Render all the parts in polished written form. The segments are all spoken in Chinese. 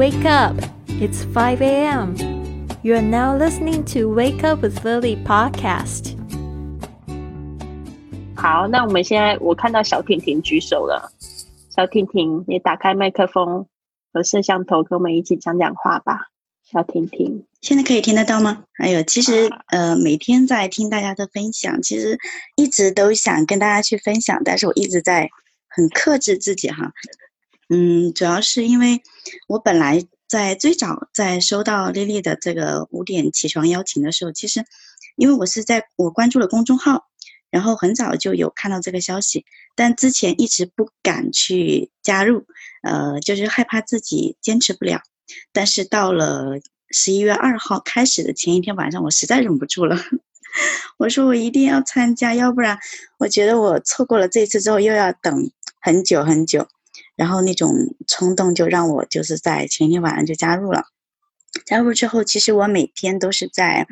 Wake up! It's 5 a.m. You are now listening to Wake Up with Lily podcast. 好，那我们现在我看到小婷婷举手了。小婷婷，你打开麦克风和摄像头，跟我们一起讲讲话吧。小婷婷， 现在可以听得到吗？其实每天在听大家的分享，其实一直都想跟大家去分享，但是我一直在很克制自己哈。主要是因为我本来在最早在收到丽丽的这个5点起床邀请的时候，其实因为我关注了公众号，然后很早就有看到这个消息，但之前一直不敢去加入，就是害怕自己坚持不了。但是到了11月2号开始的前一天晚上，我实在忍不住了，我说我一定要参加，要不然我觉得我错过了这次之后又要等很久很久。然后那种冲动就让我就是在前一天晚上就加入了。加入之后，其实我每天都是在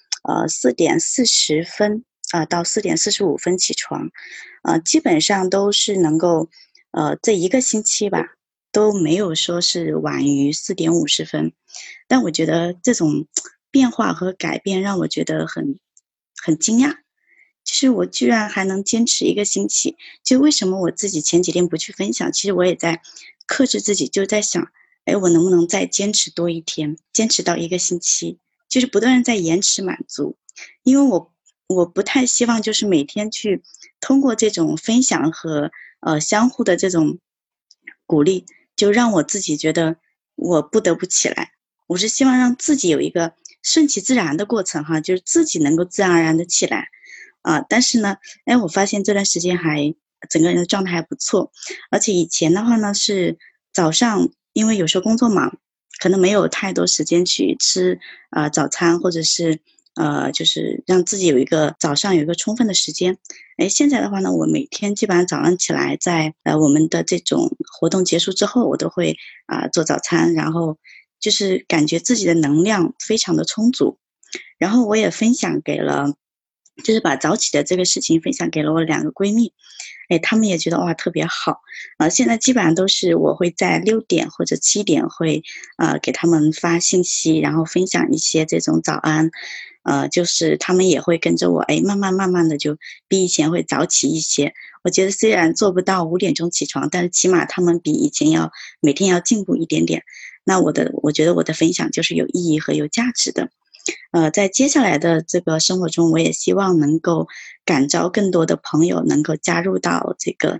4点40分到4点45分起床，基本上都是能够这一个星期吧都没有说是晚于4点50分。但我觉得这种变化和改变让我觉得很惊讶，就是我居然还能坚持一个星期。就为什么我自己前几天不去分享，其实我也在克制自己，就在想我能不能再坚持多一天，坚持到一个星期，就是不断在延迟满足。因为我不太希望就是每天去通过这种分享和相互的这种鼓励，就让我自己觉得我不得不起来。我是希望让自己有一个顺其自然的过程哈，就是自己能够自然而然的起来但是呢我发现这段时间整个人的状态还不错。而且以前的话呢是早上，因为有时候工作忙，可能没有太多时间去吃早餐，或者是就是让自己早上有一个充分的时间。现在的话呢，我每天基本上早上起来，在我们的这种活动结束之后，我都会做早餐，然后就是感觉自己的能量非常的充足。然后我也分享给了，就是把早起的这个事情分享给了我2个闺蜜，她们也觉得哇特别好。现在基本上都是我会在6点或者7点会给她们发信息，然后分享一些这种早安。就是她们也会跟着我慢慢的就比以前会早起一些。我觉得虽然做不到5点钟起床，但是起码她们比以前每天要进步一点点。那我觉得我的分享就是有意义和有价值的。在接下来的这个生活中，我也希望能够感召更多的朋友能够加入到这个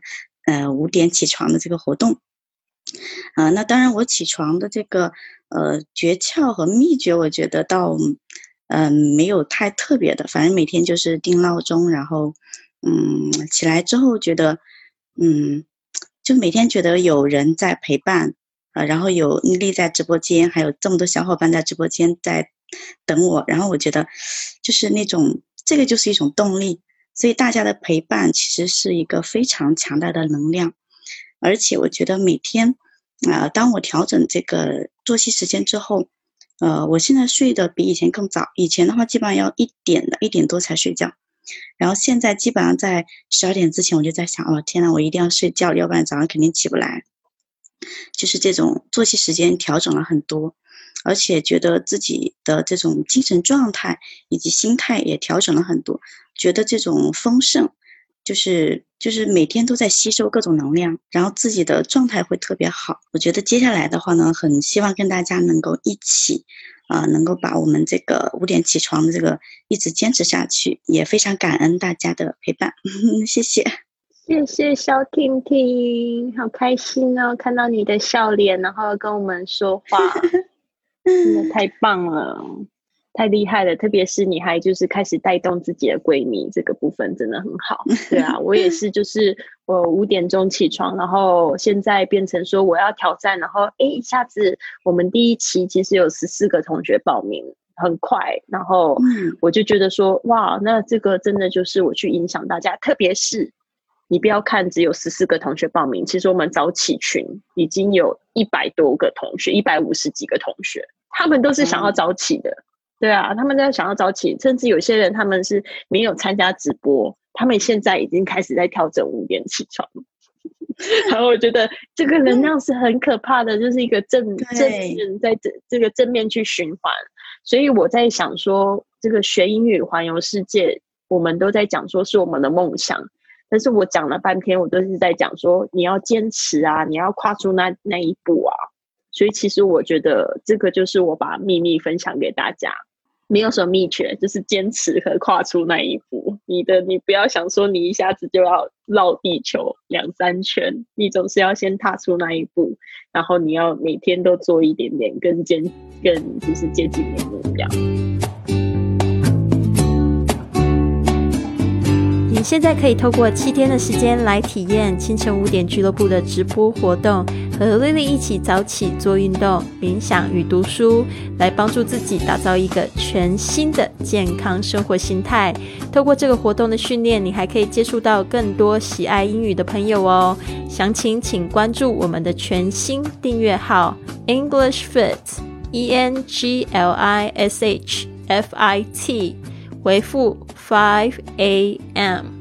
5点起床的这个活动。那当然我起床的这个诀窍和秘诀，我觉得倒没有太特别的，反正每天就是定闹钟，然后起来之后觉得就每天觉得有人在陪伴然后有丽丽在直播间，还有这么多小伙伴在直播间在等我，然后我觉得就是这个就是一种动力。所以大家的陪伴其实是一个非常强大的能量。而且我觉得每天当我调整这个作息时间之后，我现在睡得比以前更早。以前的话基本上要1点多才睡觉，然后现在基本上在12点之前我就在想天哪，我一定要睡觉，要不然早上肯定起不来。就是这种作息时间调整了很多，而且觉得自己的这种精神状态以及心态也调整了很多，觉得这种丰盛，就是每天都在吸收各种能量，然后自己的状态会特别好。我觉得接下来的话呢，很希望跟大家能够一起能够把我们这个5点起床的这个一直坚持下去，也非常感恩大家的陪伴谢谢。 谢谢小婷婷，好开心哦，看到你的笑脸，然后跟我们说话真的太棒了，太厉害了。特别是你还就是开始带动自己的闺蜜，这个部分真的很好。对啊，我也是，就是我5点钟起床，然后现在变成说我要挑战，然后一下子我们第一期其实有14个同学报名，很快，然后我就觉得说哇，那这个真的就是我去影响大家。特别是你不要看只有14个同学报名，其实我们早起群已经有100多个同学，150几个同学，他们都是想要早起的。对啊，他们在想要早起，甚至有些人他们是没有参加直播，他们现在已经开始在调整5点起床。 然后我觉得这个能量是很可怕的，就是一个正面在这个正面去循环。所以我在想说，这个学英语环游世界，我们都在讲说是我们的梦想，但是我讲了半天，我都是在讲说你要坚持啊，你要跨出那一步啊。所以其实我觉得这个就是我把秘密分享给大家，没有什么秘诀，就是坚持和跨出那一步。你不要想说你一下子就要绕地球2-3圈，你总是要先踏出那一步，然后你要每天都做一点点更就是接近你的目标。 你现在可以透过7天的时间来体验清晨5点俱乐部的直播活动，和 Lily 一起早起做运动、冥想与读书，来帮助自己打造一个全新的健康生活形态。透过这个活动的训练，你还可以接触到更多喜爱英语的朋友哦。详情请关注我们的全新订阅号 English Fit ENGLISH FIT， 回复5 AM